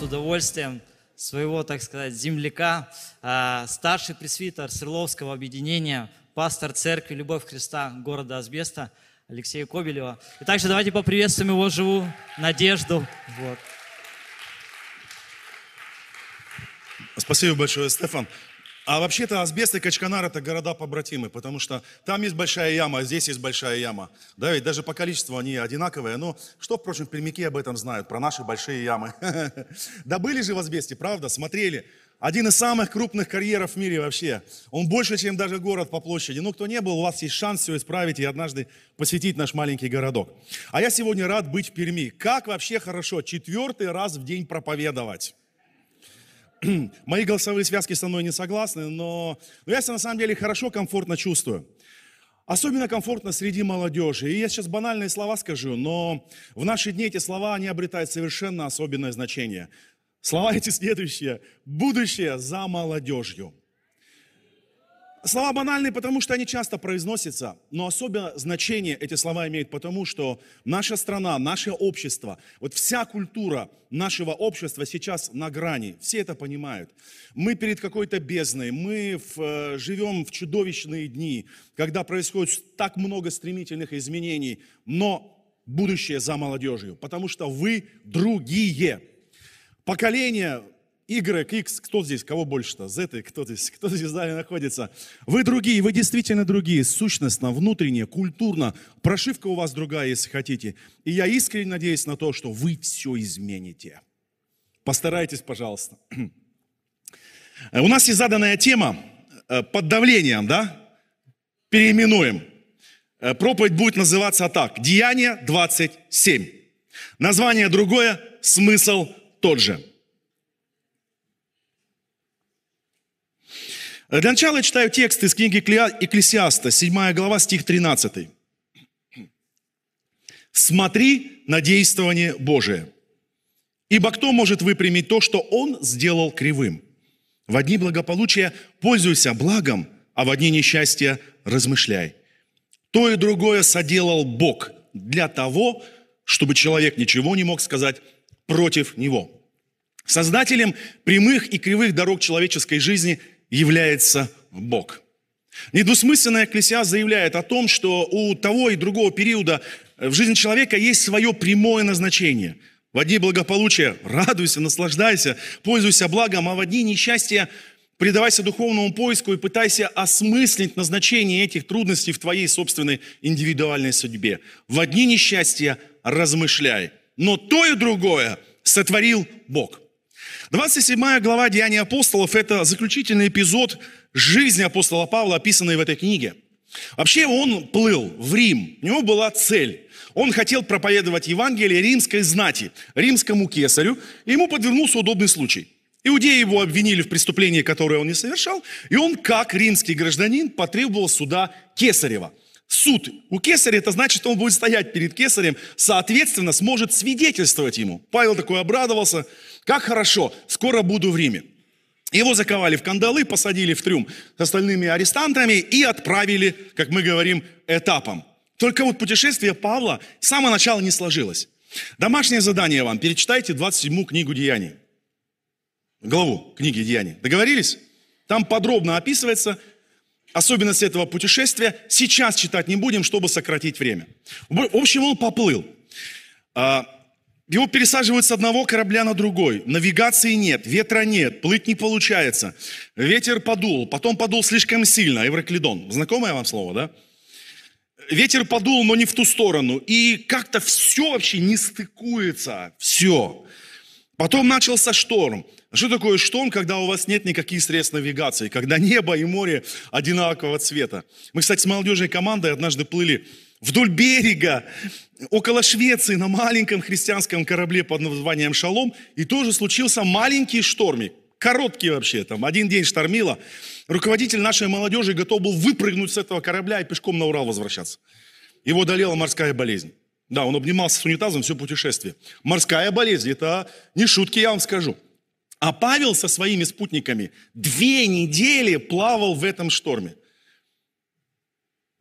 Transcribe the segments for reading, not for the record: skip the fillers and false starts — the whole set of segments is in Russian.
удовольствием своего, так сказать, земляка, старший пресвитер Свердловского объединения, пастор церкви «Любовь Христа» города Асбеста Алексея Кобелева. И также давайте поприветствуем его живую надежду. Вот. Спасибо большое, Стефан. А вообще-то Асбест и Качканар – это города-побратимы, потому что там есть большая яма, а здесь есть большая яма. Да, ведь даже по количеству они одинаковые. Но что, впрочем, пермяки об этом знают, про наши большие ямы. Да были же в Асбесте, правда, смотрели. Один из самых крупных карьеров в мире вообще. Он больше, чем даже город по площади. Ну, кто не был, у вас есть шанс все исправить и однажды посетить наш маленький городок. А я сегодня рад быть в Перми. Как вообще хорошо 4-й раз в день проповедовать. Мои голосовые связки со мной не согласны, но я себя на самом деле хорошо, комфортно чувствую. Особенно комфортно среди молодежи. И я сейчас банальные слова скажу, но в наши дни эти слова, они обретают совершенно особенное значение. Слова эти следующие. Будущее за молодежью. Слова банальные, потому что они часто произносятся, но особое значение эти слова имеют потому, что наша страна, наше общество, вот вся культура нашего общества сейчас на грани. Все это понимают. Мы перед какой-то бездной, мы живем в чудовищные дни, когда происходит так много стремительных изменений, но будущее за молодежью, потому что вы другие. Поколение Y, X, кто здесь, кого больше-то? Z, кто здесь в зале находится? Вы другие, вы действительно другие, сущностно, внутренне, культурно. Прошивка у вас другая, если хотите. И я искренне надеюсь на то, что вы все измените. Постарайтесь, пожалуйста. У нас есть заданная тема под давлением, да? Переименуем. Проповедь будет называться так. Деяние 27. Название другое, смысл тот же. Для начала я читаю текст из книги Экклесиаста, 7 глава, стих 13. «Смотри на действование Божие, ибо кто может выпрямить то, что Он сделал кривым? В дни благополучия пользуйся благом, а в дни несчастья размышляй. То и другое соделал Бог для того, чтобы человек ничего не мог сказать против Него». Создателем прямых и кривых дорог человеческой жизни является Бог. Недвусмысленно Экклесиаст заявляет о том, что у того и другого периода в жизни человека есть свое прямое назначение. В дни благополучия радуйся, наслаждайся, пользуйся благом, а в дни несчастья предавайся духовному поиску и пытайся осмыслить назначение этих трудностей в твоей собственной индивидуальной судьбе. В дни несчастья размышляй. Но то и другое сотворил Бог. 27 глава Деяний апостолов – это заключительный эпизод жизни апостола Павла, описанный в этой книге. Вообще он плыл в Рим, у него была цель. Он хотел проповедовать Евангелие римской знати, римскому кесарю, и ему подвернулся удобный случай. Иудеи его обвинили в преступлении, которое он не совершал, и он, как римский гражданин, потребовал суда кесарева. Суд у кесаря, это значит, что он будет стоять перед кесарем, соответственно, сможет свидетельствовать ему. Павел такой обрадовался, как хорошо, скоро буду в Риме. Его заковали в кандалы, посадили в трюм с остальными арестантами и отправили, как мы говорим, этапом. Только вот путешествие Павла с самого начала не сложилось. Домашнее задание вам, перечитайте 27 книгу Деяний. Главу книги Деяний. Договорились? Там подробно описывается особенности этого путешествия. Сейчас читать не будем, чтобы сократить время. В общем, он поплыл. Его пересаживают с одного корабля на другой. Навигации нет, ветра нет, плыть не получается. Ветер подул, потом подул слишком сильно. Евроклидон. Знакомое вам слово, да? Ветер подул, но не в ту сторону. И как-то все вообще не стыкуется. Все. Потом начался шторм. Что такое шторм, когда у вас нет никаких средств навигации, когда небо и море одинакового цвета? Мы, кстати, с молодежной командой однажды плыли вдоль берега, около Швеции, на маленьком христианском корабле под названием «Шалом», и тоже случился маленький штормик, короткий вообще, там один день штормило. Руководитель нашей молодежи готов был выпрыгнуть с этого корабля и пешком на Урал возвращаться. Его одолела морская болезнь. Да, он обнимался с унитазом все путешествие. Морская болезнь, это не шутки, я вам скажу. А Павел со своими спутниками 2 недели плавал в этом шторме.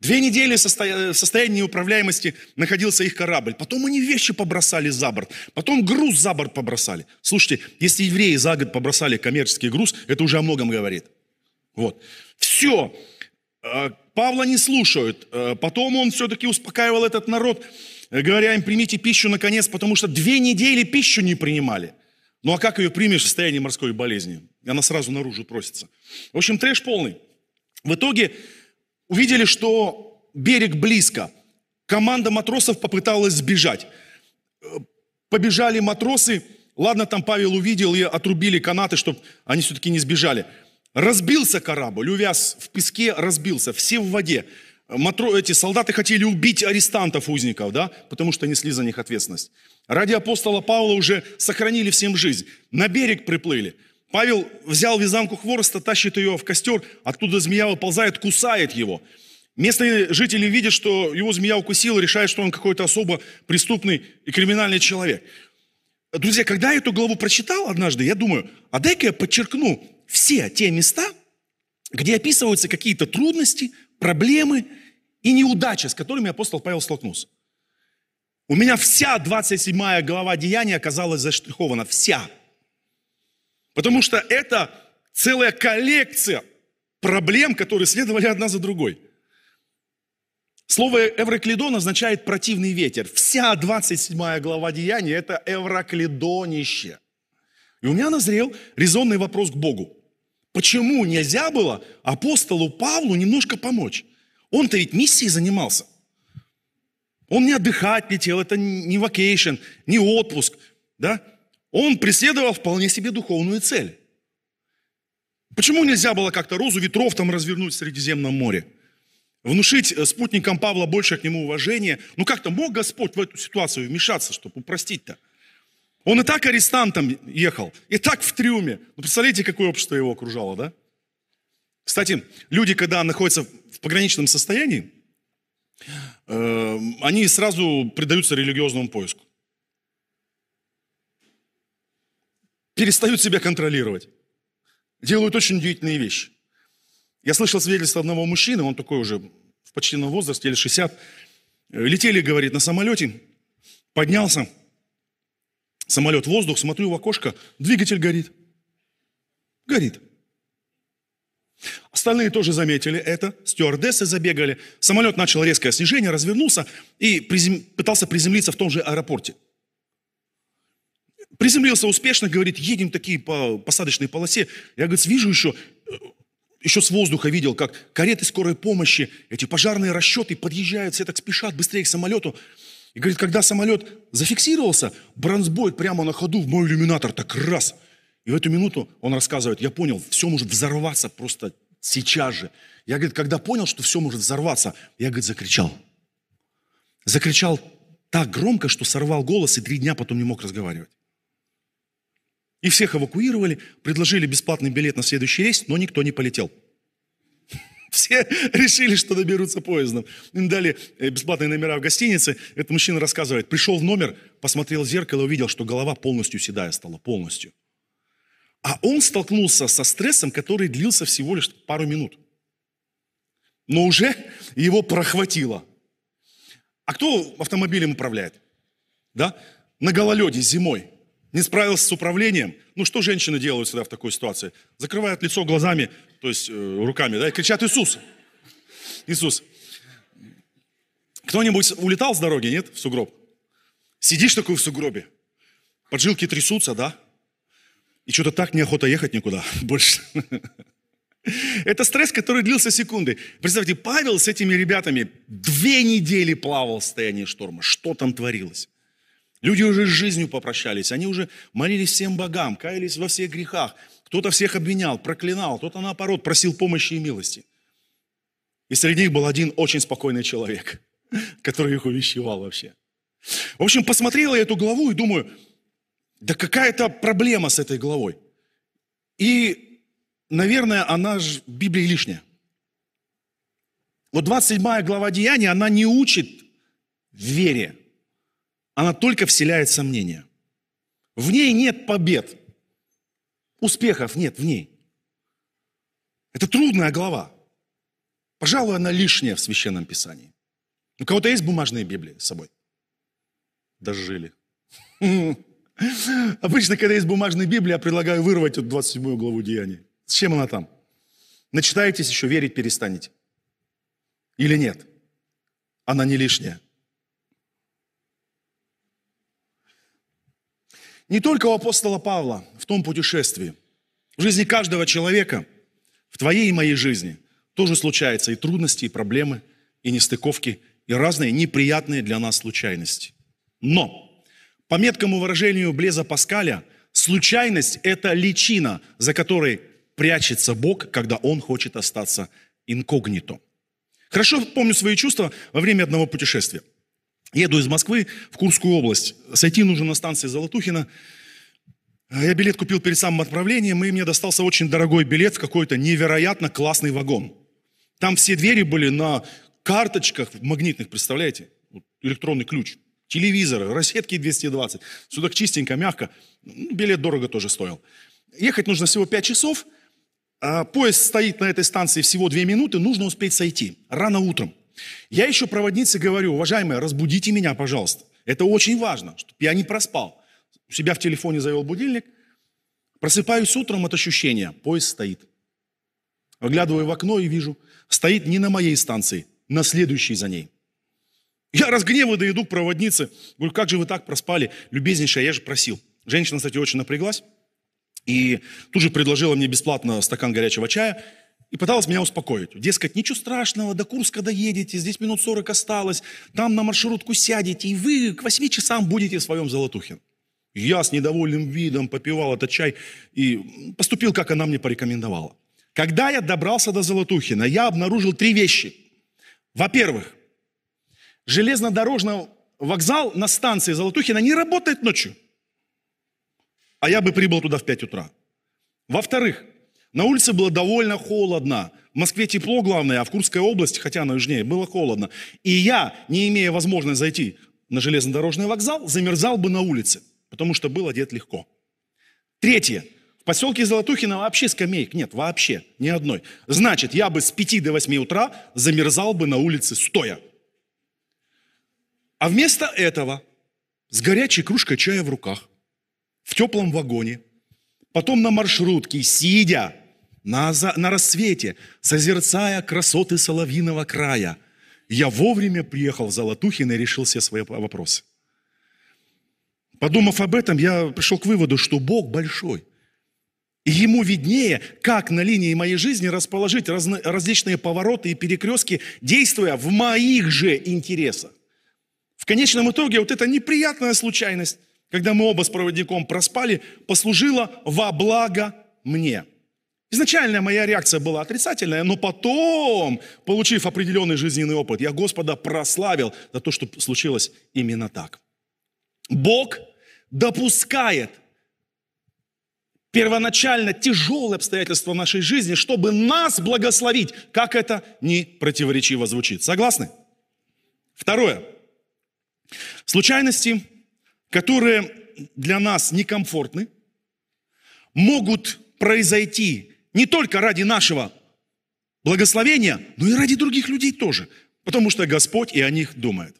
2 недели в состоянии неуправляемости находился их корабль. Потом они вещи побросали за борт. Потом груз за борт побросали. Слушайте, если евреи за год побросали коммерческий груз, это уже о многом говорит. Вот. Все. Павла не слушают. Потом он все-таки успокаивал этот народ, говоря им: примите пищу наконец, потому что 2 недели пищу не принимали. Ну а как ее примешь в состоянии морской болезни? Она сразу наружу просится. В общем, трэш полный. В итоге увидели, что берег близко. Команда матросов попыталась сбежать. Побежали матросы. Ладно, там Павел увидел, и отрубили канаты, чтобы они все-таки не сбежали. Разбился корабль, увяз в песке, разбился. Все в воде. Эти солдаты хотели убить арестантов, узников, да, потому что несли за них ответственность. Ради апостола Павла уже сохранили всем жизнь. На берег приплыли. Павел взял вязанку хвороста, тащит ее в костер, оттуда змея выползает, кусает его. Местные жители видят, что его змея укусила, решают, что он какой-то особо преступный и криминальный человек. Друзья, когда я эту главу прочитал однажды, я думаю, а дай-ка я подчеркну все те места, где описываются какие-то трудности, проблемы и неудачи, с которыми апостол Павел столкнулся. У меня вся 27 глава Деяний оказалась заштрихована, вся. Потому что это целая коллекция проблем, которые следовали одна за другой. Слово «эвроклидон» означает «противный ветер». Вся 27 глава Деяний – это эвроклидонище. И у меня назрел резонный вопрос к Богу. Почему нельзя было апостолу Павлу немножко помочь? Он-то ведь миссией занимался. Он не отдыхать летел, это не вакейшн, не отпуск, да? Он преследовал вполне себе духовную цель. Почему нельзя было как-то розу ветров там развернуть в Средиземном море? Внушить спутникам Павла больше к нему уважения? Ну как-то мог Господь в эту ситуацию вмешаться, чтобы упростить-то? Он и так арестантом ехал, и так в трюме. Ну представляете, какое общество его окружало, да? Кстати, люди, когда находятся в пограничном состоянии, они сразу предаются религиозному поиску. Перестают себя контролировать. Делают очень удивительные вещи. Я слышал свидетельство одного мужчины, он такой уже в почтенном возрасте, лет 60. Летели, говорит, на самолете, поднялся, самолет в воздух, смотрю в окошко, двигатель горит. Горит. Остальные тоже заметили это, стюардессы забегали. Самолет начал резкое снижение, развернулся и пытался приземлиться в том же аэропорте. Приземлился успешно, говорит, едем такие по посадочной полосе. Я, говорит, вижу еще с воздуха видел, как кареты скорой помощи, эти пожарные расчеты подъезжают, все так спешат быстрее к самолету. И говорит, когда самолет зафиксировался, бронзбойт прямо на ходу в мой иллюминатор так раз. И в эту минуту он рассказывает, я понял, все может взорваться просто сейчас же. Я, говорит, когда понял, что все может взорваться, я, говорит, закричал. Закричал так громко, что сорвал голос и 3 дня потом не мог разговаривать. И всех эвакуировали, предложили бесплатный билет на следующий рейс, но никто не полетел. Все решили, что доберутся поездом. Им дали бесплатные номера в гостинице. Этот мужчина рассказывает, пришел в номер, посмотрел в зеркало, увидел, что голова полностью седая стала, полностью. А он столкнулся со стрессом, который длился всего лишь пару минут. Но уже его прохватило. А кто автомобилем управляет? Да? На гололеде зимой. Не справился с управлением. Ну, что женщины делают всегда в такой ситуации? Закрывают лицо глазами, то есть руками, да, и кричат «Иисус!» Иисус. Кто-нибудь улетал с дороги, нет, в сугроб? Сидишь такой в сугробе, поджилки трясутся, да? И что-то так неохота ехать никуда больше. Это стресс, который длился секунды. Представьте, Павел с этими ребятами 2 недели плавал в состоянии шторма. Что там творилось? Люди уже с жизнью попрощались, они уже молились всем богам, каялись во всех грехах. Кто-то всех обвинял, проклинал, кто-то наоборот просил помощи и милости. И среди них был один очень спокойный человек, который их увещевал вообще. В общем, посмотрел я эту главу и думаю, да какая-то проблема с этой главой. И, наверное, она же в Библии лишняя. Вот 27 глава Деяний, она не учит вере. Она только вселяет сомнения. В ней нет побед. Успехов нет в ней. Это трудная глава. Пожалуй, она лишняя в Священном Писании. У кого-то есть бумажные Библии с собой? Дожили. Обычно, когда есть бумажная Библия, я предлагаю вырвать эту 27 главу Деяний. Зачем она там? Начитаетесь еще, верить перестанете. Или нет? Она не лишняя. Не только у апостола Павла в том путешествии. В жизни каждого человека, в твоей и моей жизни, тоже случаются и трудности, и проблемы, и нестыковки, и разные неприятные для нас случайности. Но, по меткому выражению Блеза Паскаля, случайность – это личина, за которой прячется Бог, когда Он хочет остаться инкогнито. Хорошо помню свои чувства во время одного путешествия. Еду из Москвы в Курскую область. Сойти нужно на станции Золотухина. Я билет купил перед самым отправлением, и мне достался очень дорогой билет в какой-то невероятно классный вагон. Там все двери были на карточках магнитных, представляете? Электронный ключ. Телевизоры, розетки 220. Все так чистенько, мягко. Билет дорого тоже стоил. Ехать нужно всего 5 часов. Поезд стоит на этой станции всего 2 минуты. Нужно успеть сойти. Рано утром. Я еще проводнице говорю: уважаемая, разбудите меня, пожалуйста. Это очень важно, чтобы я не проспал. У себя в телефоне завел будильник. Просыпаюсь утром от ощущения: поезд стоит. Оглядываю в окно и вижу, стоит не на моей станции, на следующей за ней. Я разгневанно иду к проводнице. Говорю: как же вы так проспали? Любезнейшая, я же просил. Женщина, кстати, очень напряглась. И тут же предложила мне бесплатно стакан горячего чая. И пыталась меня успокоить. Дескать, ничего страшного, до Курска доедете, здесь минут 40 осталось, там на маршрутку сядете, и вы к 8 часам будете в своем Золотухино. Я с недовольным видом попивал этот чай и поступил, как она мне порекомендовала. Когда я добрался до Золотухина, я обнаружил 3 вещи. Во-первых, железнодорожный вокзал на станции Золотухина не работает ночью. А я бы прибыл туда в 5 утра. Во-вторых, на улице было довольно холодно. В Москве тепло, главное, а в Курской области, хотя она южнее, было холодно. И я, не имея возможности зайти на железнодорожный вокзал, замерзал бы на улице, потому что был одет легко. Третье. В поселке Золотухино вообще скамеек нет, вообще, ни одной. Значит, я бы с 5 до 8 утра замерзал бы на улице стоя. А вместо этого, с горячей кружкой чая в руках, в теплом вагоне, потом на маршрутке, сидя на рассвете, созерцая красоты Соловьиного края, я вовремя приехал в Золотухино и решил все свои вопросы. Подумав об этом, я пришел к выводу, что Бог большой. И Ему виднее, как на линии моей жизни расположить различные повороты и перекрестки, действуя в моих же интересах. В конечном итоге вот эта неприятная случайность, когда мы оба с проводником проспали, послужила во благо мне. Изначально моя реакция была отрицательная, но потом, получив определенный жизненный опыт, я Господа прославил за то, что случилось именно так. Бог допускает первоначально тяжелые обстоятельства нашей жизни, чтобы нас благословить, как это ни противоречиво звучит. Согласны? Второе. Случайности, которые для нас некомфортны, могут произойти не только ради нашего благословения, но и ради других людей тоже, потому что Господь и о них думает.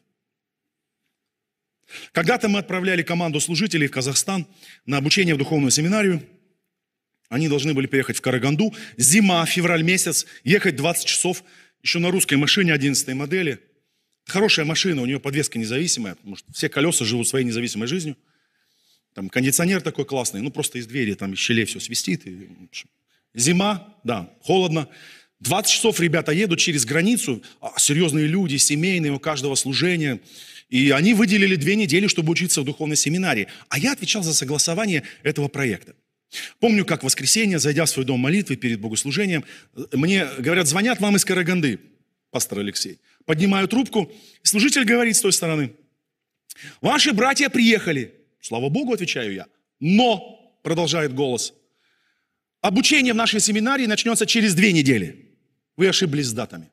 Когда-то мы отправляли команду служителей в Казахстан на обучение в духовную семинарию. Они должны были переехать в Караганду. Зима, февраль месяц, ехать 20 часов, еще на русской машине 11-й модели. Хорошая машина, у нее подвеска независимая, потому что все колеса живут своей независимой жизнью. Там кондиционер такой классный, ну просто из двери, там из щелей все свистит. И... Зима, да, холодно. 20 часов ребята едут через границу, серьезные люди, семейные, у каждого служения. И они выделили 2 недели, чтобы учиться в духовной семинарии. А я отвечал за согласование этого проекта. Помню, как в воскресенье, зайдя в свой дом молитвы перед богослужением, мне говорят: звонят вам из Караганды, пастор Алексей. Поднимаю трубку, и служитель говорит с той стороны: ваши братья приехали. Слава Богу, отвечаю я. Но, продолжает голос, обучение в нашей семинарии начнется через 2 недели. Вы ошиблись с датами.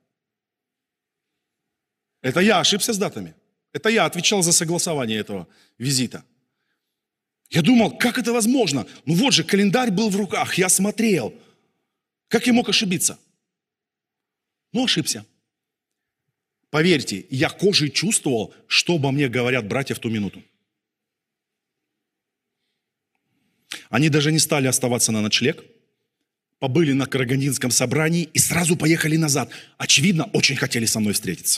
Это я ошибся с датами. Это я отвечал за согласование этого визита. Я думал, как это возможно? Ну вот же, календарь был в руках, я смотрел. Как я мог ошибиться? Но ошибся. Поверьте, я кожей чувствовал, что обо мне говорят братья в ту минуту. Они даже не стали оставаться на ночлег, побыли на карагандинском собрании и сразу поехали назад. Очевидно, очень хотели со мной встретиться.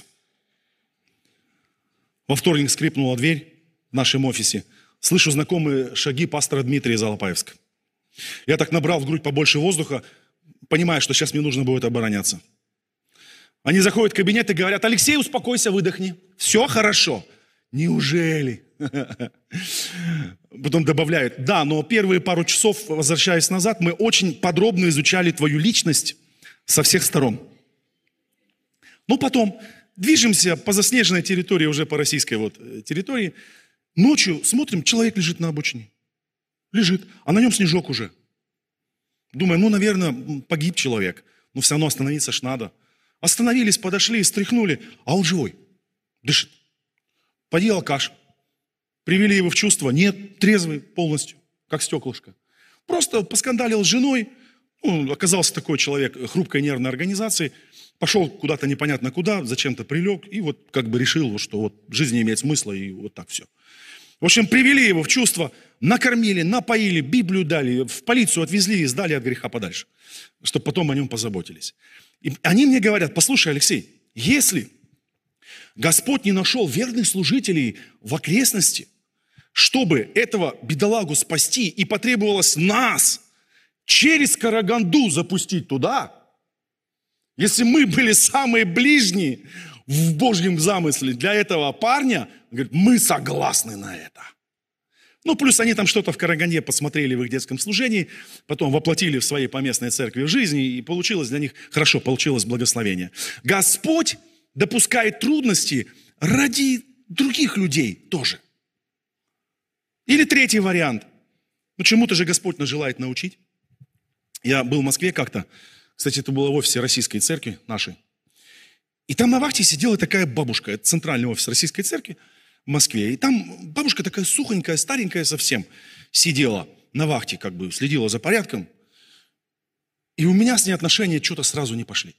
Во вторник скрипнула дверь в нашем офисе. Слышу знакомые шаги пастора Дмитрия из Алапаевска. Я так набрал в грудь побольше воздуха, понимая, что сейчас мне нужно будет обороняться. Они заходят в кабинет и говорят: Алексей, успокойся, выдохни. Все хорошо. Неужели? Потом добавляют: да, но первые пару часов, возвращаясь назад, мы очень подробно изучали твою личность со всех сторон. Ну, потом движемся по заснеженной территории, уже по российской территории. Ночью смотрим, человек лежит на обочине. Лежит, а на нем снежок уже. Думаю, ну, наверное, погиб человек. Но все равно остановиться ж надо. Остановились, подошли, стряхнули, а он живой, дышит. Поди алкаш. Привели его в чувство. Нет, трезвый полностью, как стеклышко. Просто поскандалил с женой. Ну, оказался такой человек хрупкой нервной организации. Пошел куда-то непонятно куда, зачем-то прилег. И вот как бы решил, что вот жизнь не имеет смысла, и вот так все. В общем, привели его в чувство, накормили, напоили, Библию дали, в полицию отвезли и сдали от греха подальше, чтобы потом о нем позаботились. И они мне говорят: послушай, Алексей, если Господь не нашел верных служителей в окрестности, чтобы этого бедолагу спасти, и потребовалось нас через Караганду запустить туда, если мы были самые ближние в Божьем замысле для этого парня, говорит, мы согласны на это. Ну, плюс они там что-то в Караганде посмотрели в их детском служении, потом воплотили в своей поместной церкви в жизни, и получилось для них хорошо, получилось благословение. Господь допускает трудности ради других людей тоже. Или третий вариант. Ну, чему-то же Господь нас желает научить. Я был в Москве как-то, кстати, это было в офисе Российской Церкви нашей. И там на вахте сидела такая бабушка, это центральный офис Российской Церкви в Москве. И там бабушка такая сухонькая, старенькая совсем, сидела на вахте, как бы следила за порядком. И у меня с ней отношения что-то сразу не пошли.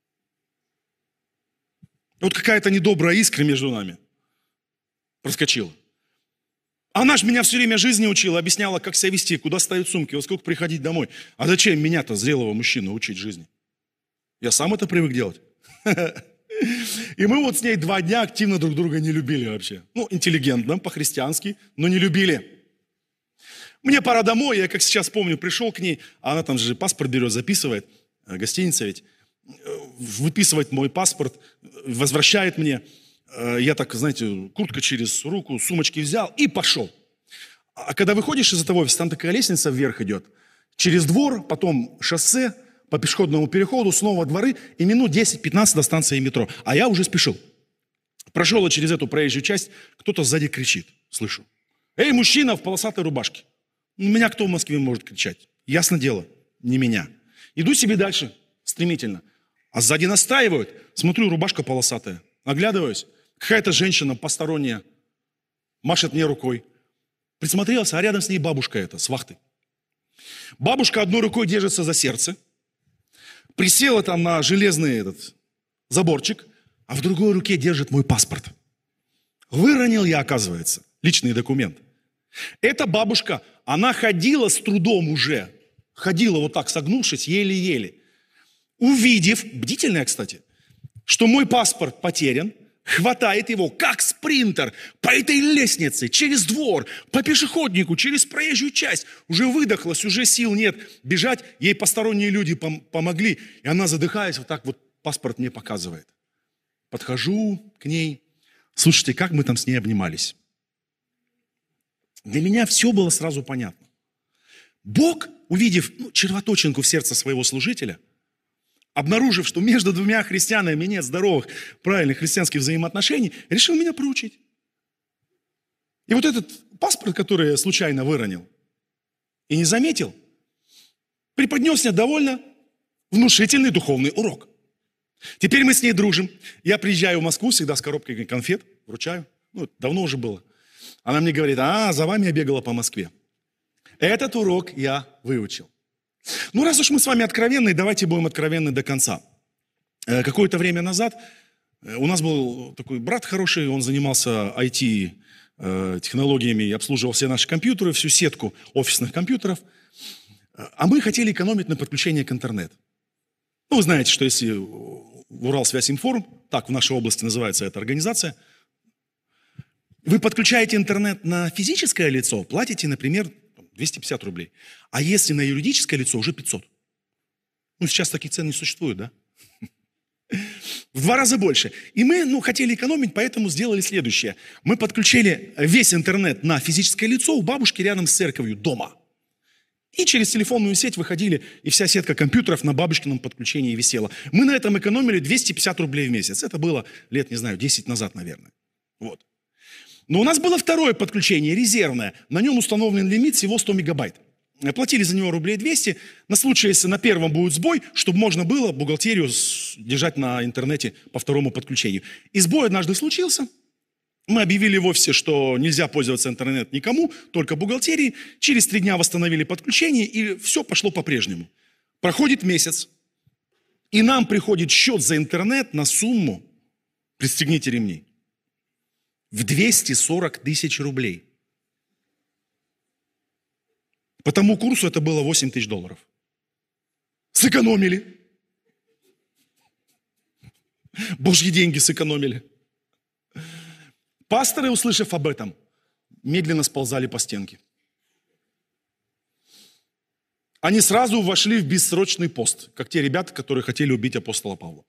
Вот какая-то недобрая искра между нами проскочила. Она ж меня все время жизни учила, объясняла, как себя вести, куда ставить сумки, во сколько приходить домой. А зачем меня-то, зрелого мужчину, учить жизни? Я сам это привык делать. И мы вот с ней 2 дня активно друг друга не любили вообще. Ну, интеллигентно, по-христиански, но не любили. Мне пора домой, я, как сейчас помню, пришел к ней, а она там же паспорт берет, записывает, гостиница ведь, выписывает мой паспорт, возвращает мне. Я так, знаете, куртка через руку, сумочки взял и пошел. А когда выходишь из этого офиса, там такая лестница вверх идет. Через двор, потом шоссе, по пешеходному переходу, снова дворы, и минут 10-15 до станции метро. А я уже спешил. Прошел я через эту проезжую часть, кто-то сзади кричит, слышу. Эй, мужчина в полосатой рубашке. Меня кто в Москве может кричать? Ясно дело, не меня. Иду себе дальше, стремительно. А сзади настраивают. Смотрю, рубашка полосатая. Оглядываюсь. Какая-то женщина посторонняя машет мне рукой. Присмотрелся, а рядом с ней бабушка эта, с вахтой. Бабушка одной рукой держится за сердце, присела там на железный этот заборчик, а в другой руке держит мой паспорт. Выронил я, оказывается, личный документ. Эта бабушка, она ходила с трудом уже, ходила вот так согнувшись, еле-еле. Увидев, бдительная, кстати, что мой паспорт потерян, хватает его, как спринтер, по этой лестнице, через двор, по пешеходнику, через проезжую часть. Уже выдохлась, уже сил нет бежать. Ей посторонние люди помогли. И она, задыхаясь, вот так вот паспорт мне показывает. Подхожу к ней. Слушайте, как мы там с ней обнимались. Для меня все было сразу понятно. Бог, увидев червоточинку в сердце своего служителя, обнаружив, что между 2 христианами нет здоровых, правильных христианских взаимоотношений, решил меня проучить. И вот этот паспорт, который я случайно выронил и не заметил, преподнес мне довольно внушительный духовный урок. Теперь мы с ней дружим. Я приезжаю в Москву всегда с коробкой конфет, вручаю. Ну, давно уже было. Она мне говорит, за вами я бегала по Москве. Этот урок я выучил. Ну, раз уж мы с вами откровенны, давайте будем откровенны до конца. Какое-то время назад у нас был такой брат хороший, он занимался IT-технологиями и обслуживал все наши компьютеры, всю сетку офисных компьютеров. А мы хотели экономить на подключении к интернету. Ну, вы знаете, что если Уралсвязинформ, так в нашей области называется эта организация, вы подключаете интернет на физическое лицо, платите, например, 250 рублей. А если на юридическое лицо, уже 500. Ну, сейчас таких цен не существует, да? В 2 раза больше. И мы, хотели экономить, поэтому сделали следующее. Мы подключили весь интернет на физическое лицо у бабушки рядом с церковью дома. И через телефонную сеть выходили, и вся сетка компьютеров на бабушкином подключении висела. Мы на этом экономили 250 рублей в месяц. Это было лет, 10 назад, наверное. Вот. Но у нас было второе подключение, резервное. На нем установлен лимит всего 100 мегабайт. Платили за него рублей 200, на случай, если на первом будет сбой, чтобы можно было бухгалтерию держать на интернете по второму подключению. И сбой однажды случился. Мы объявили в офисе, что нельзя пользоваться интернетом никому, только бухгалтерии. Через 3 дня восстановили подключение, и все пошло по-прежнему. Проходит месяц, и нам приходит счет за интернет на сумму, пристегните ремни, в 240 тысяч рублей. По тому курсу это было 8 тысяч долларов. Сэкономили. Божьи деньги сэкономили. Пасторы, услышав об этом, медленно сползали по стенке. Они сразу вошли в бессрочный пост, как те ребята, которые хотели убить апостола Павла.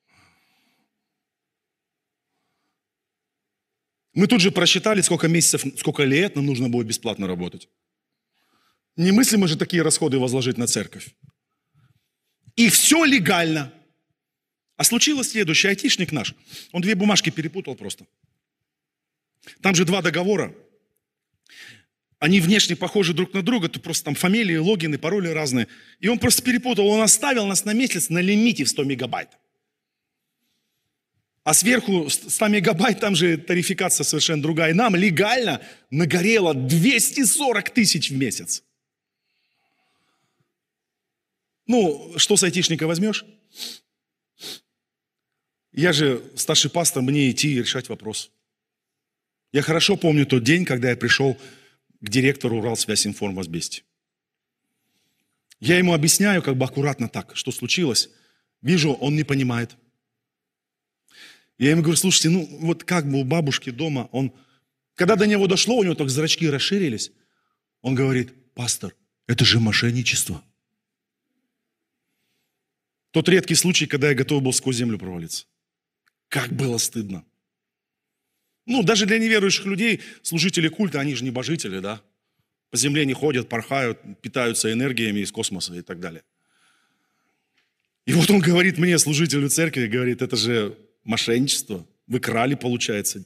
Мы тут же просчитали, сколько месяцев, сколько лет нам нужно будет бесплатно работать. Немыслимо же такие расходы возложить на церковь. И все легально. А случилось следующее. Айтишник наш, он 2 бумажки перепутал просто. Там же 2 договора. Они внешне похожи друг на друга, то просто там фамилии, логины, пароли разные. И он просто перепутал. Он оставил нас на месяц на лимите в 100 мегабайт. А сверху 100 мегабайт, там же тарификация совершенно другая. И нам легально нагорело 240 тысяч в месяц. Что с айтишника возьмешь? Я же старший пастор, мне идти и решать вопрос. Я хорошо помню тот день, когда я пришел к директору Уралсвязинформ в Азбесте. Я ему объясняю, аккуратно так, что случилось. Вижу, он не понимает. Я ему говорю, слушайте, как бы у бабушки дома, когда до него дошло, у него так зрачки расширились, он говорит, пастор, это же мошенничество. Тот редкий случай, когда я готов был сквозь землю провалиться. Как было стыдно. Даже для неверующих людей, служители культа, они же небожители, да? По земле не ходят, порхают, питаются энергиями из космоса и так далее. И вот он говорит мне, служителю церкви, говорит, это же мошенничество. Вы крали, получается.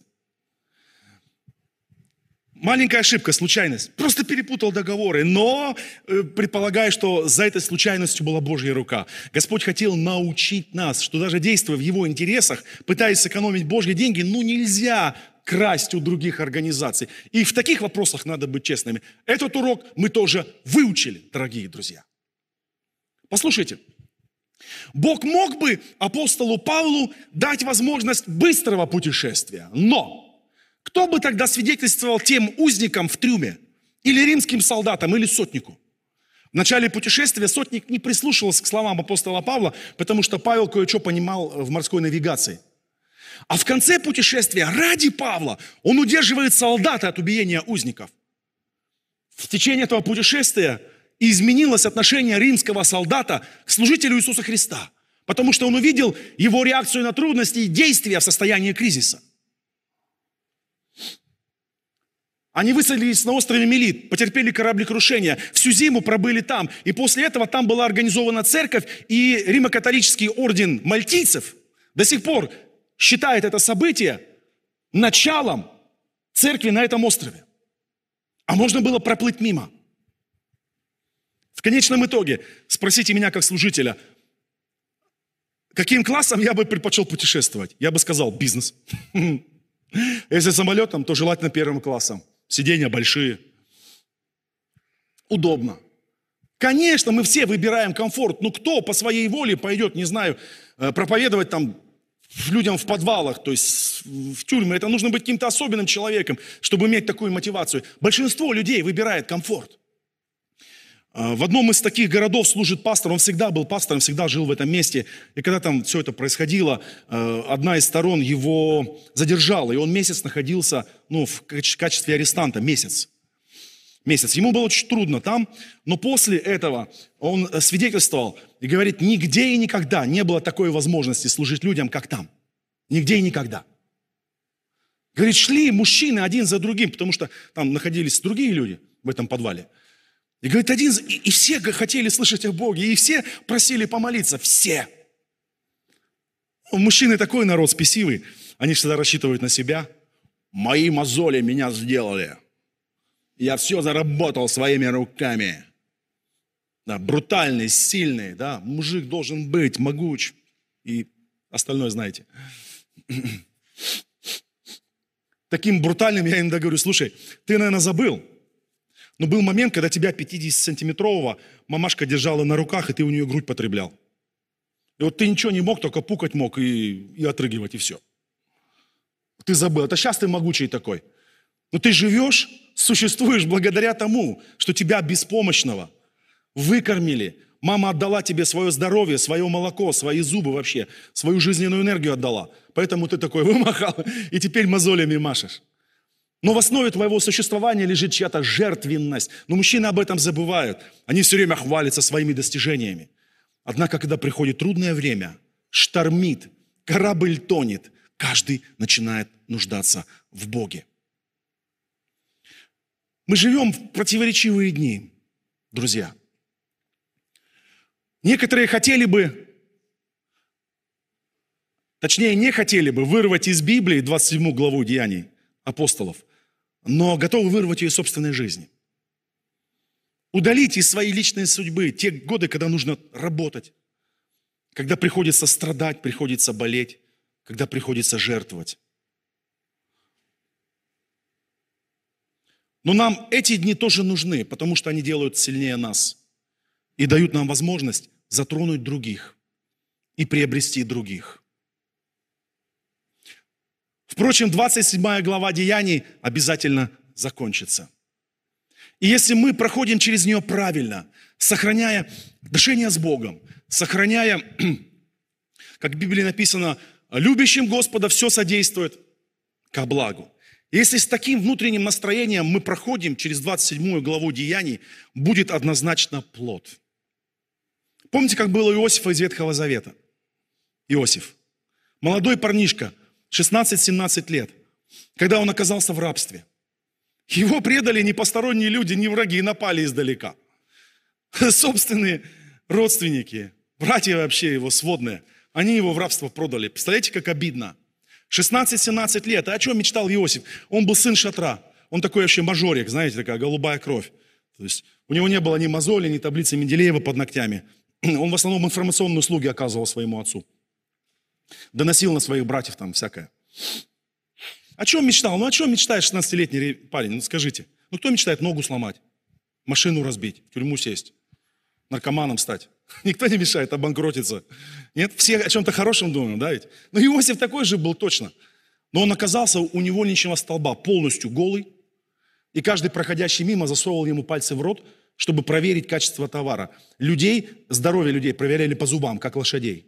Маленькая ошибка, случайность. Просто перепутал договоры, но предполагаю, что за этой случайностью была Божья рука. Господь хотел научить нас, что даже действуя в Его интересах, пытаясь сэкономить Божьи деньги, нельзя красть у других организаций. И в таких вопросах надо быть честными. Этот урок мы тоже выучили, дорогие друзья. Послушайте, Бог мог бы апостолу Павлу дать возможность быстрого путешествия, но кто бы тогда свидетельствовал тем узникам в трюме, или римским солдатам, или сотнику? В начале путешествия сотник не прислушивался к словам апостола Павла, потому что Павел кое-что понимал в морской навигации. А в конце путешествия ради Павла он удерживает солдата от убиения узников. В течение этого путешествия изменилось отношение римского солдата к служителю Иисуса Христа, потому что он увидел его реакцию на трудности и действия в состоянии кризиса. Они высадились на острове Мелит, потерпели кораблекрушение, всю зиму пробыли там. И после этого там была организована церковь, и Римо-католический орден мальтийцев до сих пор считает это событие началом церкви на этом острове. А можно было проплыть мимо. В конечном итоге, спросите меня как служителя, каким классом я бы предпочел путешествовать? Я бы сказал, бизнес. Если самолетом, то желательно первым классом. Сиденья большие. Удобно. Конечно, мы все выбираем комфорт. Но кто по своей воле пойдет, не знаю, проповедовать там людям в подвалах, то есть в тюрьме. Это нужно быть каким-то особенным человеком, чтобы иметь такую мотивацию. Большинство людей выбирает комфорт. В одном из таких городов служит пастор, он всегда был пастором, всегда жил в этом месте. И когда там все это происходило, одна из сторон его задержала, и он месяц находился в качестве арестанта, месяц. Ему было очень трудно там, но после этого он свидетельствовал и говорит, нигде и никогда не было такой возможности служить людям, как там. Нигде и никогда. Говорит, шли мужчины один за другим, потому что там находились другие люди в этом подвале. И говорит, и все хотели слышать о Боге, и все просили помолиться, все. Мужчины такой народ спесивый, они всегда рассчитывают на себя. Мои мозоли меня сделали. Я все заработал своими руками. Да, брутальный, сильный, да, мужик должен быть могуч. И остальное знаете. Таким брутальным я иногда говорю, слушай, ты, наверное, забыл. Но был момент, когда тебя 50-сантиметрового мамашка держала на руках, и ты у нее грудь потреблял. И вот ты ничего не мог, только пукать мог и отрыгивать, и все. Ты забыл. Это сейчас ты могучий такой. Но ты живешь, существуешь благодаря тому, что тебя беспомощного выкормили. Мама отдала тебе свое здоровье, свое молоко, свои зубы вообще, свою жизненную энергию отдала. Поэтому ты такой вымахал, и теперь мозолями машешь. Но в основе твоего существования лежит чья-то жертвенность. Но мужчины об этом забывают. Они все время хвалятся своими достижениями. Однако, когда приходит трудное время, штормит, корабль тонет, каждый начинает нуждаться в Боге. Мы живем в противоречивые дни, друзья. Некоторые хотели бы, точнее, не хотели бы вырвать из Библии 27 главу Деяний апостолов, но готовы вырвать ее из собственной жизни. Удалить из своей личной судьбы те годы, когда нужно работать, когда приходится страдать, приходится болеть, когда приходится жертвовать. Но нам эти дни тоже нужны, потому что они делают сильнее нас и дают нам возможность затронуть других и приобрести других. Впрочем, 27 глава Деяний обязательно закончится. И если мы проходим через нее правильно, сохраняя отношения с Богом, сохраняя, как в Библии написано, любящим Господа все содействует ко благу. Если с таким внутренним настроением мы проходим через 27 главу Деяний, будет однозначно плод. Помните, как было у Иосифа из Ветхого Завета? Иосиф, молодой парнишка, 16-17 лет, когда он оказался в рабстве. Его предали не посторонние люди, не враги, напали издалека. Собственные родственники, братья вообще его сводные, они его в рабство продали. Представляете, как обидно? 16-17 лет. А о чем мечтал Иосиф? Он был сын шатра. Он такой вообще мажорик, знаете, такая голубая кровь. То есть у него не было ни мозоли, ни таблицы Менделеева под ногтями. Он в основном информационные услуги оказывал своему отцу. Доносил на своих братьев там всякое. О чем мечтал? О чем мечтает 16-летний парень? Скажите. Кто мечтает ногу сломать, машину разбить, в тюрьму сесть, наркоманом стать? Никто не мешает обанкротиться. Нет, все о чем-то хорошем думают, да ведь? Но Иосиф такой же был точно. Но он оказался у невольничьего столба, полностью голый. И каждый проходящий мимо засовывал ему пальцы в рот, чтобы проверить качество товара. Здоровье людей проверяли по зубам, как лошадей.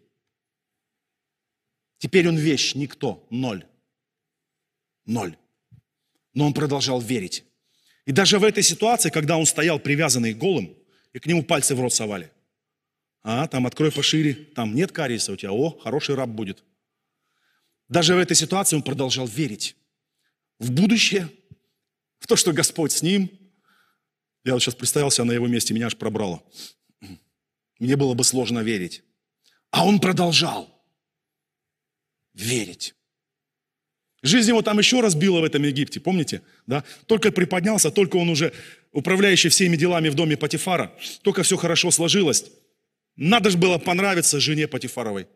Теперь он вещь, никто, ноль. Но он продолжал верить. И даже в этой ситуации, когда он стоял привязанный голым, и к нему пальцы в рот совали. Там открой пошире, там нет кариеса у тебя, хороший раб будет. Даже в этой ситуации он продолжал верить в будущее, в то, что Господь с ним. Я вот сейчас представил себя на его месте, меня аж пробрало. Мне было бы сложно верить. А он продолжал верить. Жизнь его там еще раз била в этом Египте, помните? Да? Только приподнялся, только он уже управляющий всеми делами в доме Потифара, только все хорошо сложилось. Надо же было понравиться жене Потифаровой.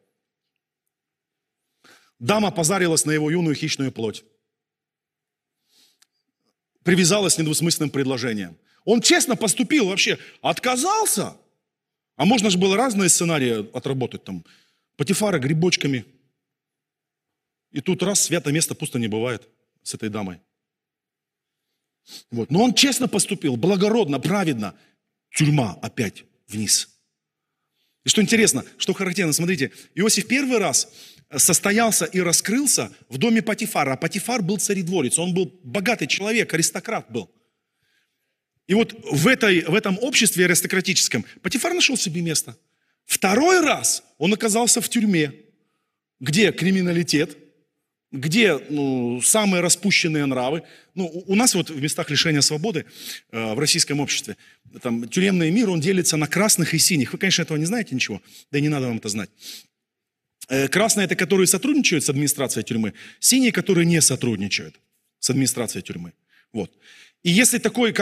Дама позарилась на его юную хищную плоть. Привязалась недвусмысленным предложением. Он честно поступил вообще, отказался. А можно же было разные сценарии отработать там. Потифара грибочками, И тут раз, святое место пусто не бывает с этой дамой. Вот. Но он честно поступил, благородно, праведно. Тюрьма опять вниз. И что интересно, что характерно, смотрите, Иосиф первый раз состоялся и раскрылся в доме Потифара. А Потифар был царедворец, он был богатый человек, аристократ был. И вот в этом обществе аристократическом Потифар нашел себе место. Второй раз он оказался в тюрьме, где криминалитет, где самые распущенные нравы. У нас вот в местах лишения свободы в российском обществе там, тюремный мир, он делится на красных и синих. Вы, конечно, этого не знаете ничего, да и не надо вам это знать. Красные – это которые сотрудничают с администрацией тюрьмы, синие – которые не сотрудничают с администрацией тюрьмы. Вот. И если такой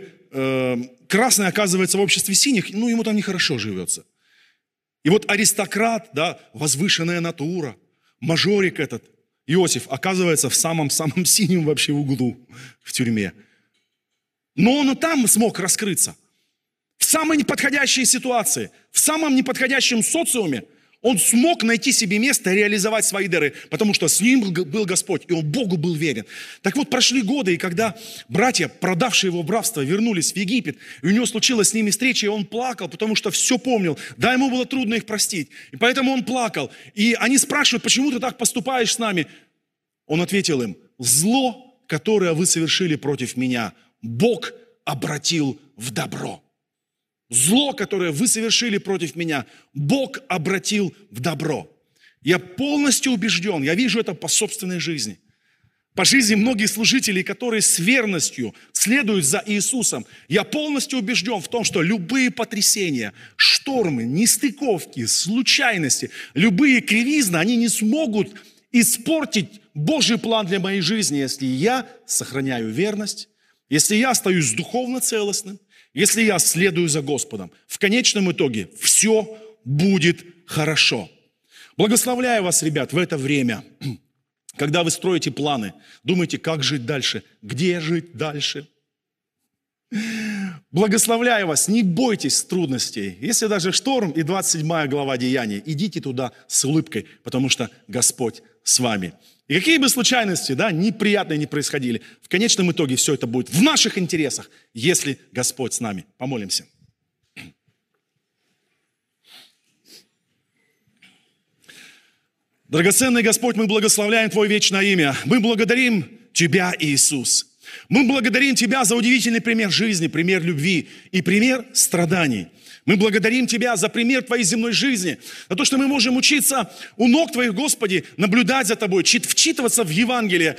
красный оказывается в обществе синих, ему там нехорошо живется. И вот аристократ, да, возвышенная натура, мажорик этот, Иосиф, оказывается в самом-самом синем вообще углу в тюрьме. Но он и там смог раскрыться. В самой неподходящей ситуации, в самом неподходящем социуме он смог найти себе место и реализовать свои дары, потому что с ним был Господь, и он Богу был верен. Так вот, прошли годы, и когда братья, продавшие его в рабство, вернулись в Египет, и у него случилась с ними встреча, и он плакал, потому что все помнил. Да, ему было трудно их простить, и поэтому он плакал. И они спрашивают, почему ты так поступаешь с нами? Он ответил им, зло, которое вы совершили против меня, Бог обратил в добро. Зло, которое вы совершили против меня, Бог обратил в добро. Я полностью убежден, я вижу это по собственной жизни. По жизни многих служителей, которые с верностью следуют за Иисусом. Я полностью убежден в том, что любые потрясения, штормы, нестыковки, случайности, любые кривизны, они не смогут испортить Божий план для моей жизни, если я сохраняю верность, если я остаюсь духовно целостным, если я следую за Господом. В конечном итоге все будет хорошо. Благословляю вас, ребят, в это время, когда вы строите планы, думаете, как жить дальше, где жить дальше. Благословляю вас, не бойтесь трудностей. Если даже шторм и 27 глава Деяний, идите туда с улыбкой, потому что Господь с вами. И какие бы случайности, неприятные не происходили, в конечном итоге все это будет в наших интересах, если Господь с нами. Помолимся. Драгоценный Господь, мы благословляем Твое вечное имя. Мы благодарим Тебя, Иисус. Мы благодарим Тебя за удивительный пример жизни, пример любви и пример страданий. Мы благодарим Тебя за пример Твоей земной жизни, за то, что мы можем учиться у ног Твоих, Господи, наблюдать за Тобой, вчитываться в Евангелие.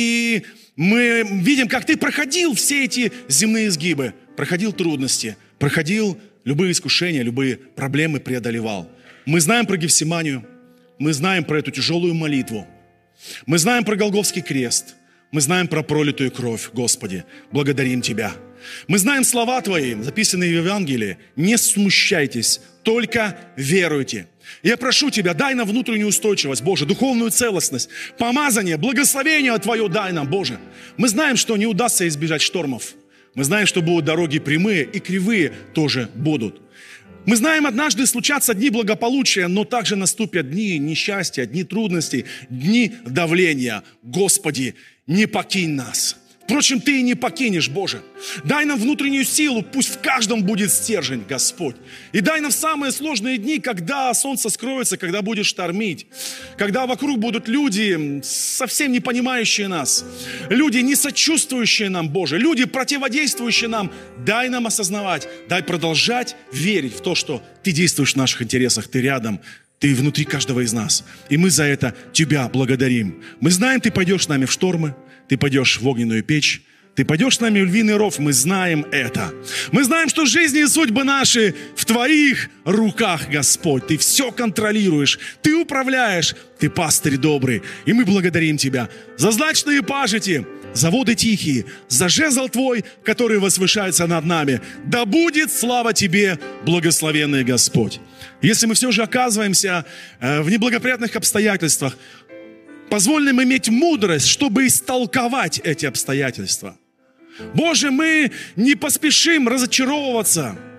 И мы видим, как Ты проходил все эти земные изгибы, проходил трудности, проходил любые искушения, любые проблемы преодолевал. Мы знаем про Гефсиманию, мы знаем про эту тяжелую молитву, мы знаем про Голгофский крест, мы знаем про пролитую кровь, Господи, благодарим Тебя. Мы знаем слова Твои, записанные в Евангелии. Не смущайтесь, только веруйте. Я прошу Тебя, дай нам внутреннюю устойчивость, Боже, духовную целостность, помазание, благословение Твое дай нам, Боже. Мы знаем, что не удастся избежать штормов. Мы знаем, что будут дороги прямые и кривые тоже будут. Мы знаем, однажды случатся дни благополучия, но также наступят дни несчастья, дни трудностей, дни давления. Господи, не покинь нас. Впрочем, Ты и не покинешь, Боже. Дай нам внутреннюю силу, пусть в каждом будет стержень, Господь. И дай нам в самые сложные дни, когда солнце скроется, когда будет штормить, когда вокруг будут люди, совсем не понимающие нас, люди, не сочувствующие нам, Боже, люди, противодействующие нам. Дай нам осознавать, дай продолжать верить в то, что Ты действуешь в наших интересах, Ты рядом, Ты внутри каждого из нас. И мы за это Тебя благодарим. Мы знаем, Ты пойдешь с нами в штормы, Ты пойдешь в огненную печь, Ты пойдешь с нами в львиный ров, мы знаем это. Мы знаем, что жизнь и судьбы наши в Твоих руках, Господь. Ты все контролируешь, Ты управляешь, Ты пастырь добрый. И мы благодарим Тебя за злачные пажити, за воды тихие, за жезл Твой, который возвышается над нами. Да будет слава Тебе, благословенный Господь. Если мы все же оказываемся в неблагоприятных обстоятельствах, позволь нам иметь мудрость, чтобы истолковать эти обстоятельства. Боже, мы не поспешим разочаровываться.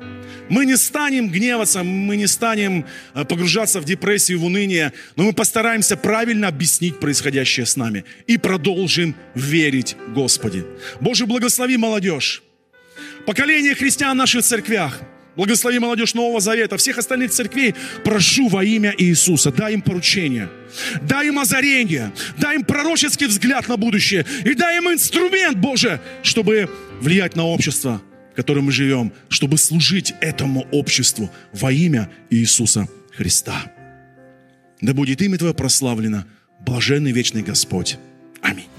Мы не станем гневаться, мы не станем погружаться в депрессию, в уныние, но мы постараемся правильно объяснить происходящее с нами и продолжим верить Господи. Боже, благослови молодежь, поколение христиан в наших церквях. Благослови молодежь Нового Завета, всех остальных церквей. Прошу во имя Иисуса, дай им поручение, дай им озарение, дай им пророческий взгляд на будущее и дай им инструмент, Боже, чтобы влиять на общество, в котором мы живем, чтобы служить этому обществу во имя Иисуса Христа. Да будет имя Твое прославлено, блаженный вечный Господь. Аминь.